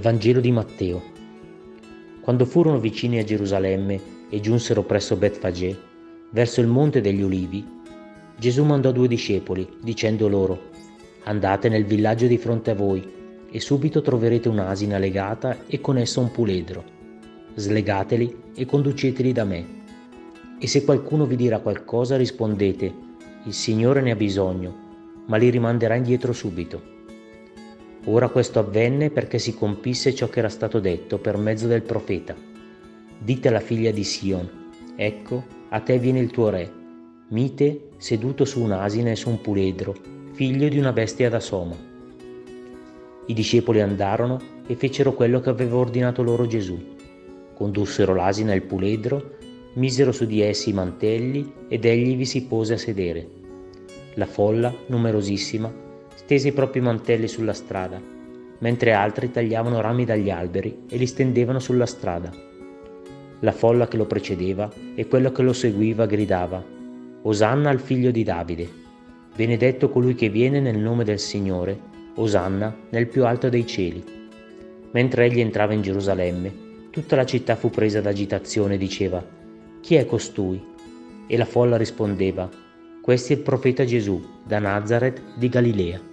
Vangelo di Matteo. Quando furono vicini a Gerusalemme e giunsero presso Betfagè, verso il monte degli Ulivi, Gesù mandò 2 discepoli, dicendo loro: «Andate nel villaggio di fronte a voi, e subito troverete un'asina legata e con essa un puledro. Slegateli e conduceteli da me. E se qualcuno vi dirà qualcosa, rispondete: il Signore ne ha bisogno, ma li rimanderà indietro subito». Ora questo avvenne perché si compisse ciò che era stato detto per mezzo del profeta: «Dite alla figlia di Sion: ecco, a te viene il tuo re, mite, seduto su un'asina e su un puledro, figlio di una bestia da soma». I discepoli andarono e fecero quello che aveva ordinato loro Gesù. Condussero l'asina e il puledro, misero su di essi i mantelli ed egli vi si pose a sedere. La folla, numerosissima, stese i propri mantelli sulla strada, mentre altri tagliavano rami dagli alberi e li stendevano sulla strada. La folla che lo precedeva e quella che lo seguiva gridava: «Osanna al figlio di Davide! Benedetto colui che viene nel nome del Signore! Osanna nel più alto dei cieli!» Mentre egli entrava in Gerusalemme, tutta la città fu presa d'agitazione e diceva: «Chi è costui?» E la folla rispondeva: «Questo è il profeta Gesù, da Nazaret di Galilea».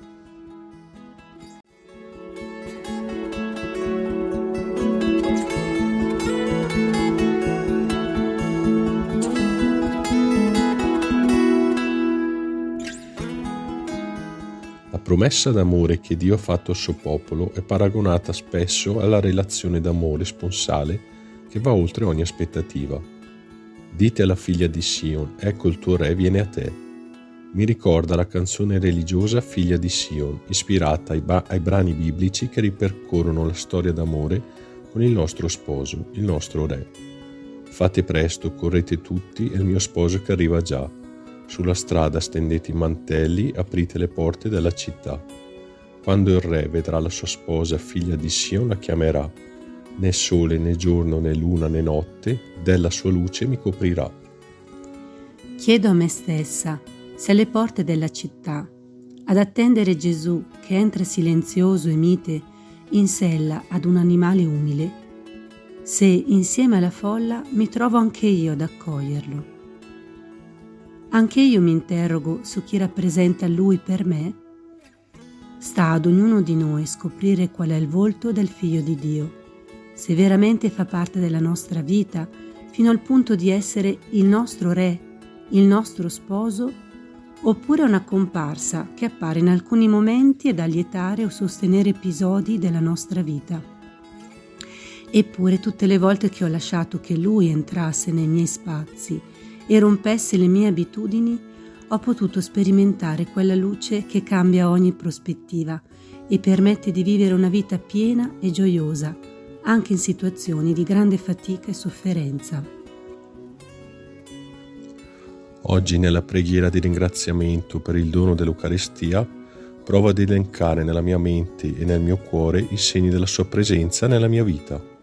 La promessa d'amore che Dio ha fatto al suo popolo è paragonata spesso alla relazione d'amore sponsale che va oltre ogni aspettativa. Dite alla figlia di Sion: ecco il tuo re viene a te. Mi ricorda la canzone religiosa Figlia di Sion, ispirata ai brani biblici che ripercorrono la storia d'amore con il nostro sposo, il nostro re. Fate presto, correte tutti, è il mio sposo che arriva già. Sulla strada stendete i mantelli, aprite le porte della città. Quando il re vedrà la sua sposa, figlia di Sion, la chiamerà. Né sole, né giorno, né luna, né notte, della sua luce mi coprirà. Chiedo a me stessa, se alle porte della città, ad attendere Gesù che entra silenzioso e mite in sella ad un animale umile, se insieme alla folla mi trovo anche io ad accoglierlo. Anche io mi interrogo su chi rappresenta Lui per me. Sta ad ognuno di noi scoprire qual è il volto del Figlio di Dio, se veramente fa parte della nostra vita, fino al punto di essere il nostro Re, il nostro sposo, oppure una comparsa che appare in alcuni momenti ad allietare o sostenere episodi della nostra vita. Eppure tutte le volte che ho lasciato che Lui entrasse nei miei spazi e rompesse le mie abitudini, ho potuto sperimentare quella luce che cambia ogni prospettiva e permette di vivere una vita piena e gioiosa, anche in situazioni di grande fatica e sofferenza. Oggi, nella preghiera di ringraziamento per il dono dell'Eucaristia, provo ad elencare nella mia mente e nel mio cuore i segni della sua presenza nella mia vita.